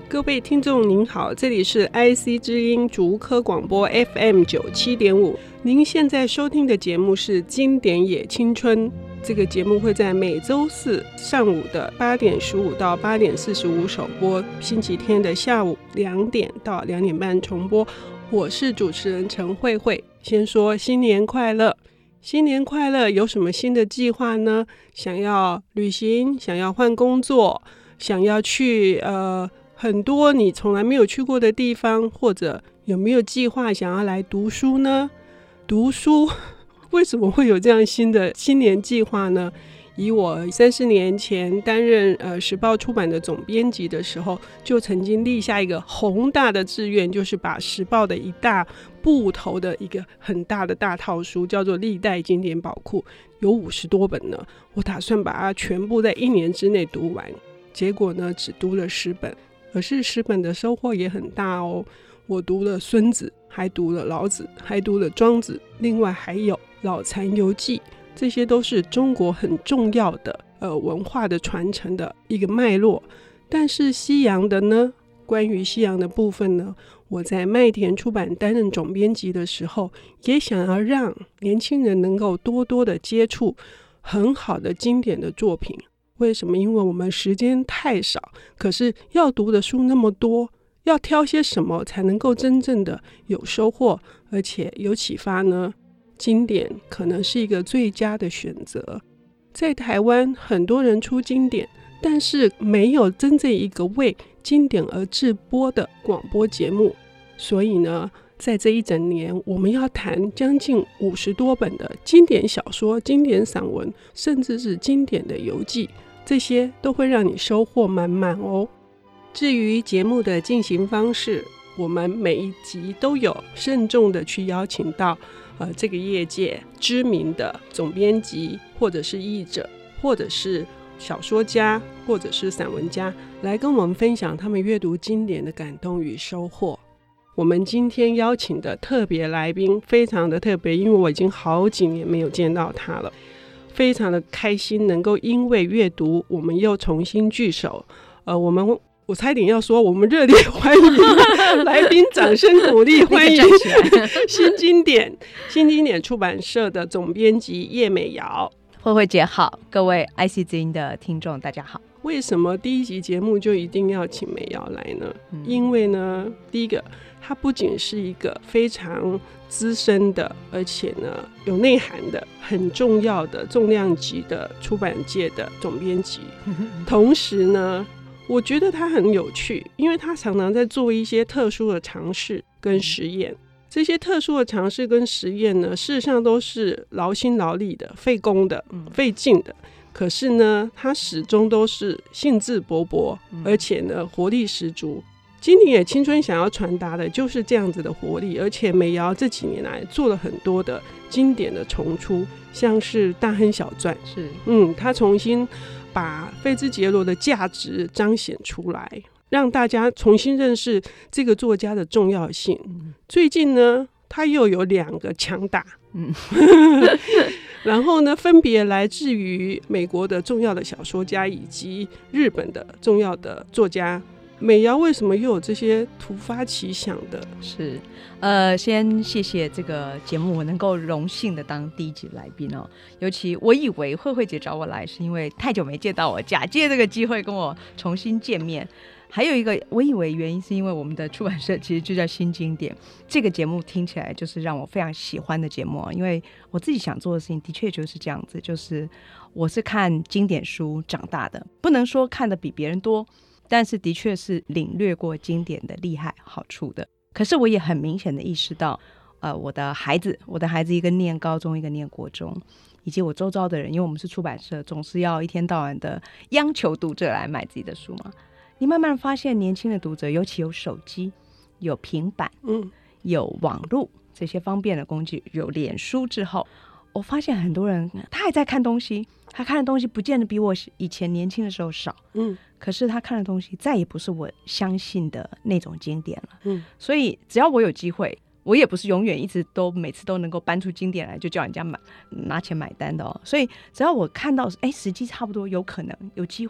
各位听众您好，这里是 IC 之音竹科广播 FM97.5， 您现在收听的节目是经典也青春。这个节目会在每周四上午的8点15到8点45首播，星期天的下午2点到2点半重播。我是主持人陈慧慧。先说新年快乐，新年快乐！有什么新的计划呢？想要旅行，想要换工作，想要去很多你从来没有去过的地方，或者有没有计划想要来读书呢？读书为什么会有这样新的新年计划呢？以我30年前担任时报出版的总编辑的时候，就曾经立下一个宏大的志愿，就是把时报的一大部头的一个很大的大套书叫做历代经典宝库，有50多本呢，我打算把它全部在1年之内读完。结果呢，只读了10本，可是10本的收获也很大哦。我读了孙子，还读了老子，还读了庄子，另外还有老残游记，这些都是中国很重要的文化的传承的一个脉络。但是西洋的呢，关于西洋的部分呢，我在麦田出版担任总编辑的时候，也想要让年轻人能够多多的接触很好的经典的作品。为什么？因为我们时间太少，可是要读的书那么多，要挑些什么才能够真正的有收获而且有启发呢？经典可能是一个最佳的选择。在台湾很多人出经典，但是没有真正一个为经典而制播的广播节目。所以呢，在这一整年，我们要谈将近50多本的经典小说、经典散文，甚至是经典的游记，这些都会让你收获满满哦。至于节目的进行方式，我们每一集都有慎重的去邀请到这个业界知名的总编辑，或者是译者，或者是小说家，或者是散文家，来跟我们分享他们阅读经典的感动与收获。我们今天邀请的特别来宾非常的特别，因为我已经好几年没有见到他了，非常的开心能够因为阅读我们又重新聚首。我差一点要说我们热烈欢迎来宾，掌声鼓励欢迎新经典出版社的总编辑叶美瑶。 慧慧姐好，各位 IC 之音的听众大家好。 为什么第一集节目就一定要请美瑶来呢？因为呢，第一个她不仅是一个非常资深的，而且呢有内涵的很重要的重量级的出版界的总编辑，同时呢我觉得他很有趣，因为他常常在做一些特殊的尝试跟实验。这些特殊的尝试跟实验呢，事实上都是劳心劳力的、费工的、费劲的。可是呢，他始终都是兴致勃勃，而且呢，活力十足。经典也青春想要传达的就是这样子的活力。而且美瑶这几年来做了很多的经典的重出，像是《大亨小传》，他重新把菲兹杰罗的价值彰显出来，让大家重新认识这个作家的重要性。最近呢，他又有2个强打，然后呢，分别来自于美国的重要的小说家以及日本的重要的作家。美瑶为什么又有这些突发奇想的？ 是先谢谢这个节目我能够荣幸的当第一集来宾哦。尤其我以为慧慧姐找我来是因为太久没见到我，假借这个机会跟我重新见面。还有一个我以为原因是因为我们的出版社其实就叫新经典，这个节目听起来就是让我非常喜欢的节目，因为我自己想做的事情的确就是这样子，就是我是看经典书长大的，不能说看的比别人多，但是的确是领略过经典的厉害好处的。可是我也很明显的意识到我的孩子一个念高中一个念国中，以及我周遭的人，因为我们是出版社，总是要一天到晚的央求读者来买自己的书嘛。你慢慢发现年轻的读者，尤其有手机有平板有网络这些方便的工具，有脸书之后，我发现很多人他还在看东西，他看的东西不见得比我以前年轻的时候少，可是他看的东西再也不是我相信的那种经典了，所以只要我有机会，我也不是永远一直都每次都能够搬出经典来就叫人家拿钱买单的哦。所以只要我看到时机差不多有可能有机会，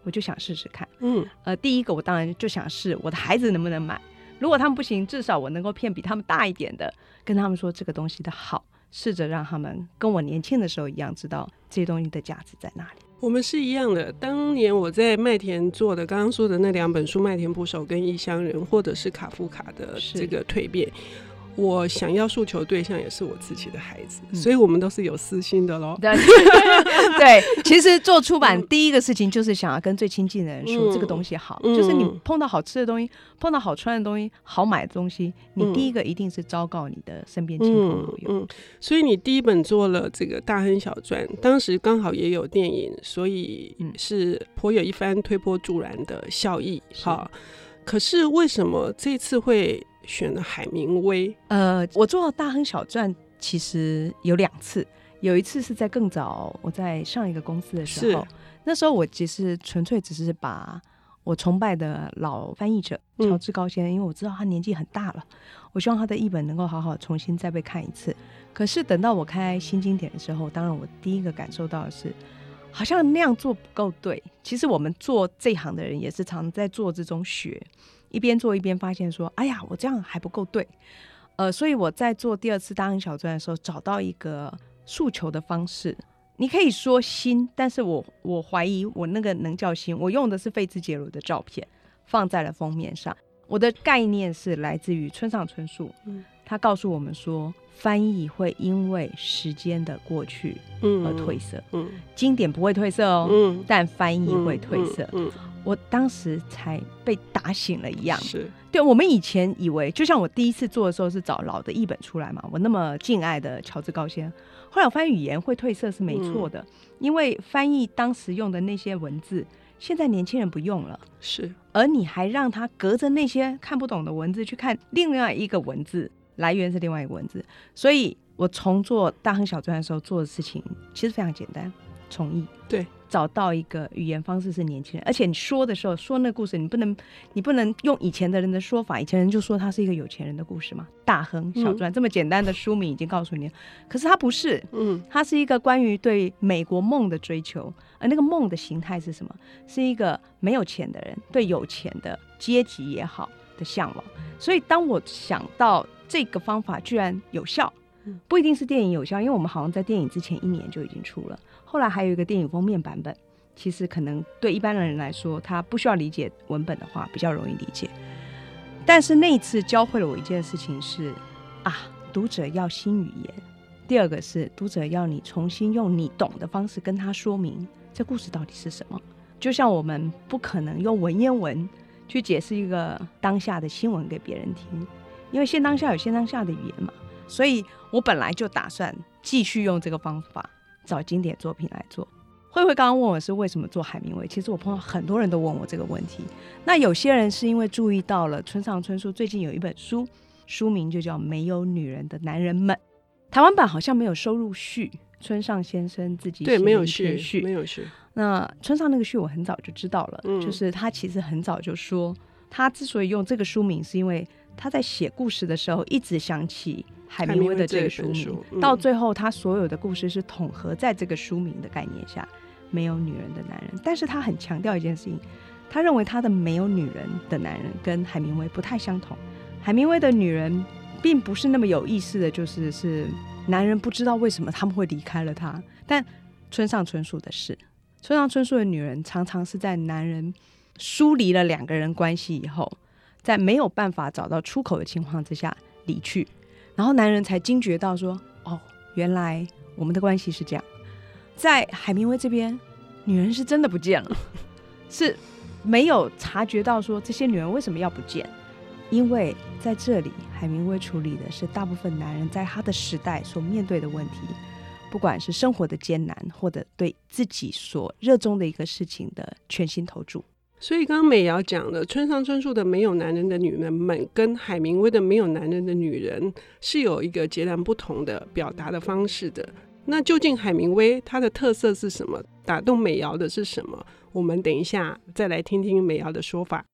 我就想试试看。 第一个我当然就想试我的孩子能不能买，如果他们不行，至少我能够骗比他们大一点的，跟他们说这个东西的好，试着让他们跟我年轻的时候一样知道这些东西的价值在哪里。 我们是一样的，当年我在麦田做的刚刚说的那2本书《麦田捕手》跟《异乡人》，或者是卡夫卡的这个蜕变，我想要诉求对象也是我自己的孩子，所以我们都是有私心的咯。 对，其实做出版第一个事情就是想要跟最亲近的人说这个东西好，就是你碰到好吃的东西，碰到好穿的东西，好买的东西，你第一个一定是昭告你的身边亲朋好友。 所以你第一本做了这个大亨小传，当时刚好也有电影，所以是颇有一番推波助澜的效益。好，可是为什么这次会选了海明威？ 我做大亨小传其实有2次，有一次是在更早，我在上一个公司的时候，那时候我其实纯粹只是把我崇拜的老翻译者乔治高先生，因为我知道他年纪很大了，我希望他的译本能够好好重新再被看一次。可是等到我开新经典的时候，当然我第一个感受到的是好像那样做不够对。其实我们做这行的人也是常在做这种学，一边做一边发现说哎呀我这样还不够对。所以我在做第2次大亨小传的时候找到一个诉求的方式，你可以说新，但是我怀疑我那个能叫新。我用的是费兹杰罗的照片放在了封面上，我的概念是来自于村上春树，他告诉我们说翻译会因为时间的过去而褪色，经典不会褪色哦，但翻译会褪色。我当时才被打醒了一样。 是， 对，我们以前以为，就像我第一次做的时候是找老的译本出来嘛，我那么敬爱的乔治高先生，后来我发现语言会褪色是没错的，因为翻译当时用的那些文字现在年轻人不用了， 是， 而你还让他隔着那些看不懂的文字去看另外一个文字，来源是另外一个文字。所以我重做大亨小传的时候做的事情其实非常简单，重译。 对， 找到一个语言方式是年轻人，而且你说的时候说那个故事，你不能用以前的人的说法，以前人就说他是一个有钱人的故事嘛，大亨小传，这么简单的书名已经告诉你了，可是他不是，他是一个关于对美国梦的追求，而那个梦的形态是什么？是一个没有钱的人对有钱的阶级也好的向往。所以当我想到这个方法居然有效，不一定是电影有效，因为我们好像在电影之前1年就已经出了，后来还有一个电影封面版本，其实可能对一般的人来说他不需要理解文本的话比较容易理解。但是那一次教会了我一件事情是读者要新语言，第2个是读者要你重新用你懂的方式跟他说明这故事到底是什么。就像我们不可能用文言文去解释一个当下的新闻给别人听，因为现当下有现当下的语言嘛，所以我本来就打算继续用这个方法找经典作品来做。慧慧刚刚问我是为什么做海明威，其实我碰到很多人都问我这个问题。那有些人是因为注意到了村上春树最近有一本书，书名就叫《没有女人的男人们》，台湾版好像没有收入序，村上先生自己写的一篇序， 没有序。 那村上那个序我很早就知道了，就是他其实很早就说他之所以用这个书名是因为他在写故事的时候一直想起海明威的这个书名，到最后他所有的故事是统合在这个书名的概念下，没有女人的男人。但是他很强调一件事情，他认为他的没有女人的男人跟海明威不太相同。海明威的女人并不是那么有意思的，是男人不知道为什么他们会离开了他，但村上春树的是，村上春树的女人常常是在男人疏离了2个人关系以后，在没有办法找到出口的情况之下离去，然后男人才惊觉到说原来我们的关系是这样。在海明威这边女人是真的不见了，是没有察觉到说这些女人为什么要不见，因为在这里海明威处理的是大部分男人在他的时代所面对的问题，不管是生活的艰难或者对自己所热衷的一个事情的全心投注。 所以刚刚美瑶讲了村上春树的没有男人的女人们跟海明威的没有男人的女人是有一个截然不同的表达的方式的。那究竟海明威他的特色是什么，打动美瑶的是什么，我们等一下再来听听美瑶的说法。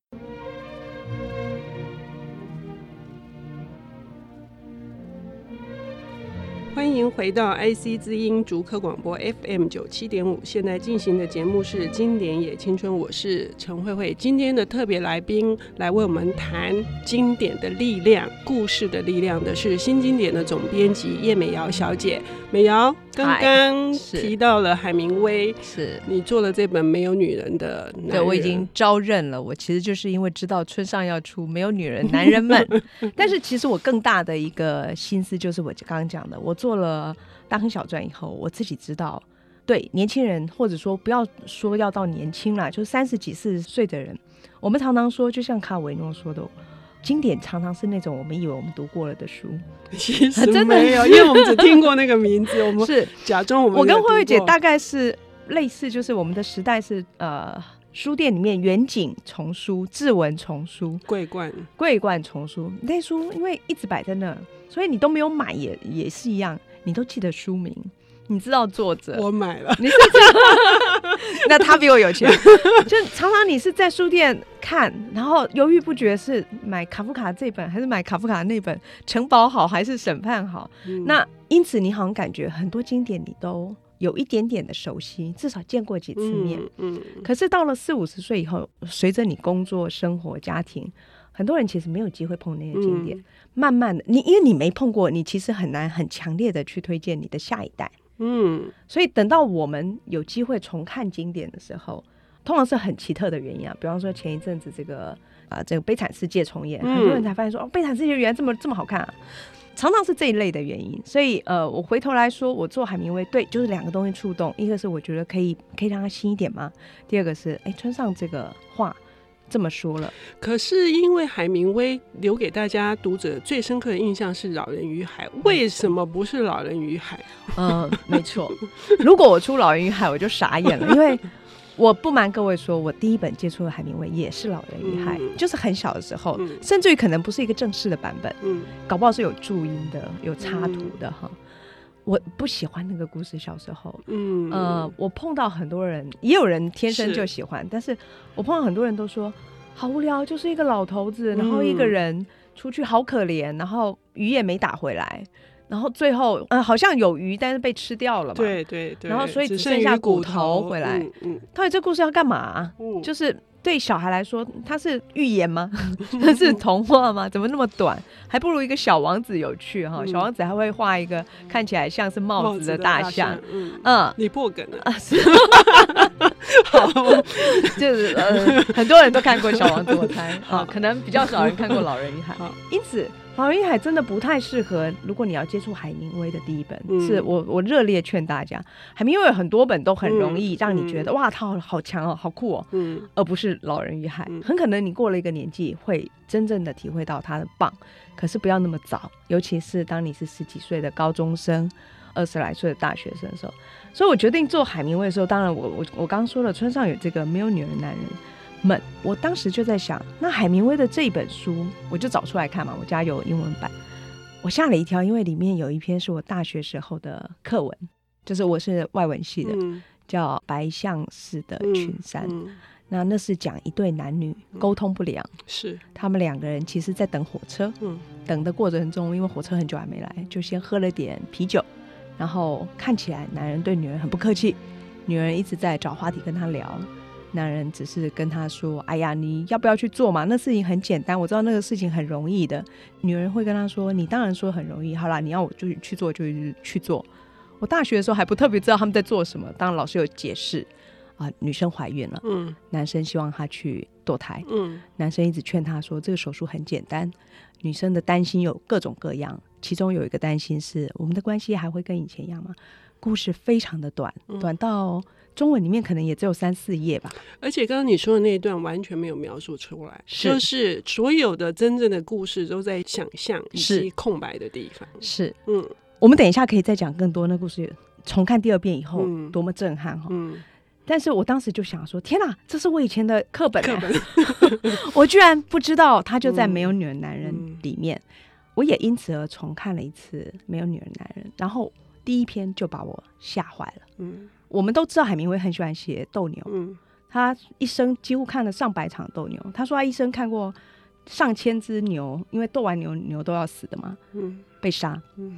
欢迎回到 IC 之音竹科广播 FM97.5， 现在进行的节目是经典也青春，我是陈慧慧。今天的特别来宾来为我们谈经典的力量、故事的力量的是新经典的总编辑叶美瑶小姐。美瑶刚刚提到了海明威， 是你做了这本《没有女人的男人》， 对，我已经招认了。我其实就是因为知道村上要出《没有女人男人们》但是其实我更大的一个心思就是我刚刚讲的，我做了大亨小传以后，我自己知道，对年轻人，或者说不要说要到年轻啦，就是30几40岁的人，我们常常说，就像卡维诺说的，经典常常是那种我们以为我们读过了的书， 其实没有，因为我们只听过那个名字，我们是假装我跟慧慧姐大概是类似，就是我们的时代是书店里面远景丛书、志文丛书、桂冠丛书，那书因为一直摆在那，所以你都没有买也是一样，你都记得书名，你知道作者。 我买了， 你是这样那他比我有钱。就常常你是在书店看，然后犹豫不决，是买卡夫卡这本还是买卡夫卡那本，城堡好还是审判好。那因此你好像感觉很多经典你都有一点点的熟悉，至少见过几次面。可是到了40-50岁以后，随着你工作、生活、家庭，很多人其实没有机会碰那些经典。慢慢的，因为你没碰过，你其实很难很强烈的去推荐你的下一代。所以等到我们有机会重看经典的时候，通常是很奇特的原因啊。比方说前一阵子这个悲惨世界重演，很多人才发现说，悲惨世界原来这么好看啊。常常是这一类的原因。所以我回头来说，我做海明威，对，就是2个东西触动，一个是我觉得可以让它新一点吗？第二个是村上这个话这么说了。 可是因为海明威留给大家读者最深刻的印象是老人与海，为什么不是老人与海？ 没错，如果我出老人与海我就傻眼了。因为我不瞒各位说，我第一本接触的海明威也是老人与海，就是很小的时候，甚至于可能不是一个正式的版本，搞不好是有注音的，有插图的哈。我不喜欢那个故事，小时候我碰到很多人，也有人天生就喜欢，但是我碰到很多人都说好无聊，就是一个老头子，然后一个人出去好可怜，然后鱼也没打回来，然后最后好像有鱼但是被吃掉了嘛， 对， 然后所以只剩下骨头回来。到底这故事要干嘛？就是对小孩来说，它是寓言吗？它是童话吗？怎么那么短？还不如一个小王子有趣哈！小王子还会画一个看起来像是帽子的大象。 你破梗了是好，就是很多人都看过小王子，我猜可能比较少人看过老人与海。因此老人与海真的不太适合，如果你要接触海明威的第一本，是我热烈劝大家，海明威有很多本都很容易让你觉得哇他好强哦，好酷哦，而不是老人与海。很可能你过了一个年纪会真正的体会到他的棒，可是不要那么早，尤其是当你是10几岁的高中生，20来岁的大学生的时候。所以我决定做海明威的时候，当然我刚刚说了，村上有这个没有女人男人们，我当时就在想，那海明威的这一本书我就找出来看嘛，我家有英文版。我吓了一跳，因为里面有一篇是我大学时候的课文，就是我是外文系的，叫白象似的群山。那是讲一对男女沟通不良，是他们2个人其实在等火车，等的过程中因为火车很久还没来，就先喝了点啤酒，然后看起来男人对女人很不客气，女人一直在找话题跟他聊，男人只是跟他说哎呀你要不要去做嘛，那事情很简单，我知道那个事情很容易的。女人会跟他说你当然说很容易，好啦你要我就去做就去做。我大学的时候还不特别知道他们在做什么，当然老师有解释女生怀孕了，男生希望她去堕胎，男生一直劝她说这个手术很简单，女生的担心有各种各样，其中有一个担心是我们的关系还会跟以前一样吗？故事非常的短，短到中文里面可能也只有3-4页吧。 而且刚刚你说的那一段完全没有描述出来，就是所有的真正的故事都在想象以及空白的地方。是我们等一下可以再讲更多那故事，重看第2遍以后多么震撼但是我当时就想说天哪，这是我以前的课本我居然不知道它就在没有女人男人里面。我也因此而重看了一次没有女人男人，然后第1篇就把我吓坏了。我们都知道海明威很喜欢写斗牛，他一生几乎看了上百场斗牛，他说他一生看过上千只牛，因为斗完牛都要死的嘛，被杀。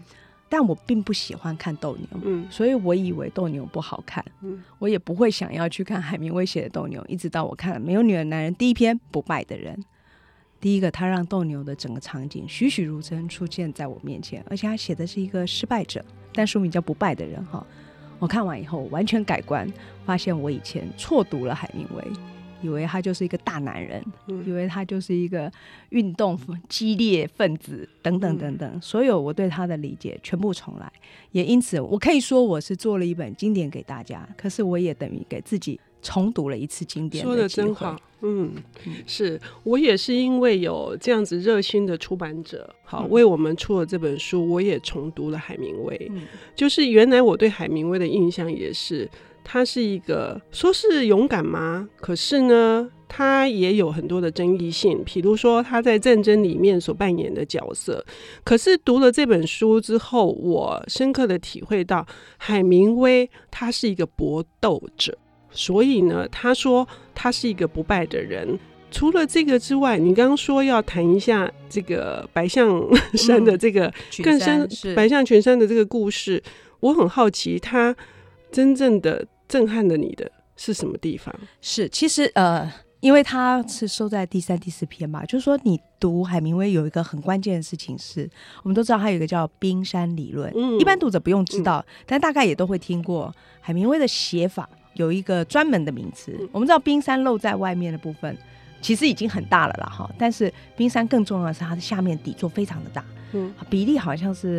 但我并不喜欢看斗牛，所以我以为斗牛不好看，我也不会想要去看海明威写的斗牛，一直到我看了《没有女儿的男人》第一篇《不败的人》。第一个，他让斗牛的整个场景栩栩如生出现在我面前，而且他写的是一个失败者，但书名叫《不败的人》哈。我看完以后完全改观，发现我以前错读了海明威，以为他就是一个大男人，以为他就是一个运动激烈分子等等等等，所有我对他的理解全部重来。也因此我可以说我是做了一本经典给大家，可是我也等于给自己重读了一次经典的机会。说得真好。 是我也是因为有这样子热心的出版者为我们出了这本书，我也重读了海明威。就是原来我对海明威的印象也是他是一个说是勇敢吗？可是呢他也有很多的争议性，比如说他在战争里面所扮演的角色。可是读了这本书之后，我深刻的体会到海明威他是一个搏斗者，所以呢他说他是一个不败的人。除了这个之外，你刚刚说要谈一下这个白象山的这个更深，白象群山的这个故事，我很好奇他真正的震撼了你的是什么地方？ 是其实因为他是收在第3、第4篇吧，就是说你读海明威有一个很关键的事情是，我们都知道他有一个叫冰山理论，一般读者不用知道，但大概也都会听过海明威的写法有一个专门的名词。我们知道冰山露在外面的部分其实已经很大了啦，但是冰山更重要的是它的下面底座非常的大，比例好像是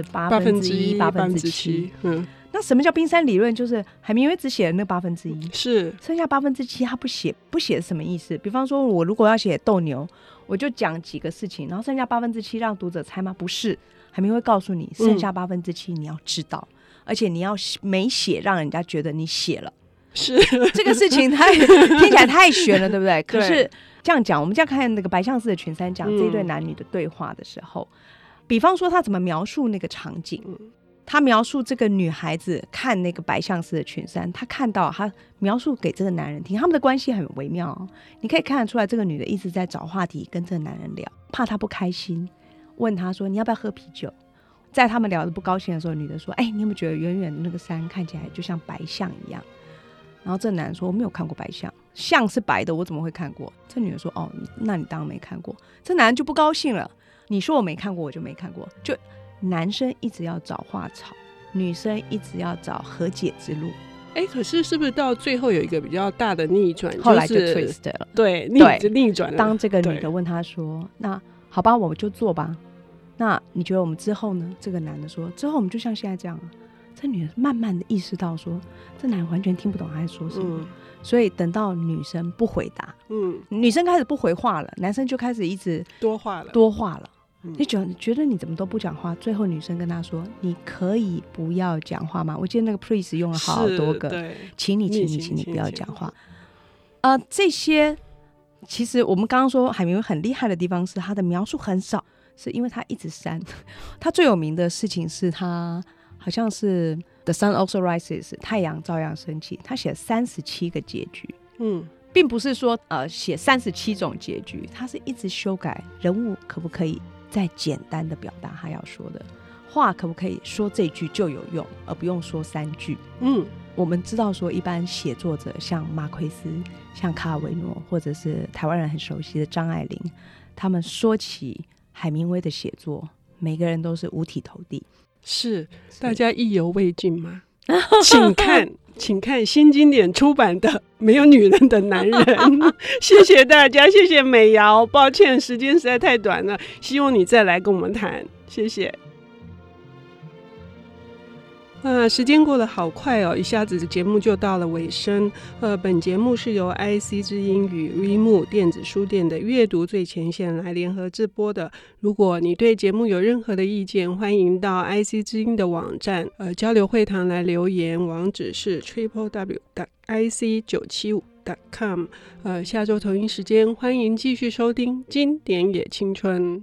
1/8、7%。那什么叫冰山理论？就是海明威只写了那1/8，是剩下7%他不写是什么意思？比方说我如果要写斗牛，我就讲几个事情，然后剩下7%让读者猜吗？不是，海明威告诉你剩下7%你要知道，而且你要没写让人家觉得你写了。是这个事情听起来太玄了，对不对？可是这样讲，我们这样看那个白象寺的群山讲这一对男女的对话的时候，比方说他怎么描述那个场景，他描述这个女孩子看那个白象寺的群山，他看到他描述给这个男人听，他们的关系很微妙你可以看得出来这个女的一直在找话题跟这个男人聊，怕他不开心，问他说你要不要喝啤酒。在他们聊得不高兴的时候，女的说你有没有觉得远远的那个山看起来就像白象一样？然后这男人说我没有看过白象，象是白的我怎么会看过？这女的说那你当然没看过。这男人就不高兴了，你说我没看过我就没看过。就男生一直要找话吵，女生一直要找和解之路。 可是是不是到最后有一个比较大的逆转， 后来就 twist 了。 对，逆转了。 当这个女的问他说那好吧我们就做吧，那你觉得我们之后呢？这个男的说之后我们就像现在这样这女的慢慢的意识到说这男人完全听不懂他在说什么，所以等到女生不回答，女生开始不回话了，男生就开始一直多话了。你觉得你怎么都不讲话，最后女生跟他说你可以不要讲话吗？我记得那个 please 用了好多个请你不要讲话。这些其实我们刚刚说海明威很厉害的地方是他的描述很少，是因为他一直删他最有名的事情是他好像是 The Sun Also Rises 太阳照样升起，他写了37个结局，并不是说写37种结局，他是一直修改人物可不可以再简单的表达他要说的话，可不可以说这句就有用而不用说3句。我们知道说一般写作者像马奎斯像卡尔维诺或者是台湾人很熟悉的张爱玲，他们说起海明威的写作每个人都是五体投地。是大家意犹未尽吗？请看新经典出版的《没有女人的男人》谢谢大家，谢谢美瑶，抱歉时间实在太短了，希望你再来跟我们谈，谢谢。时间过得好快一下子节目就到了尾声。本节目是由 IC 之音与 Readmoo 电子书店的阅读最前线来联合制播的。如果你对节目有任何的意见，欢迎到 IC 之音的网站交流会堂来留言，网址是 www.ic975.com。下周同一时间欢迎继续收听经典也青春。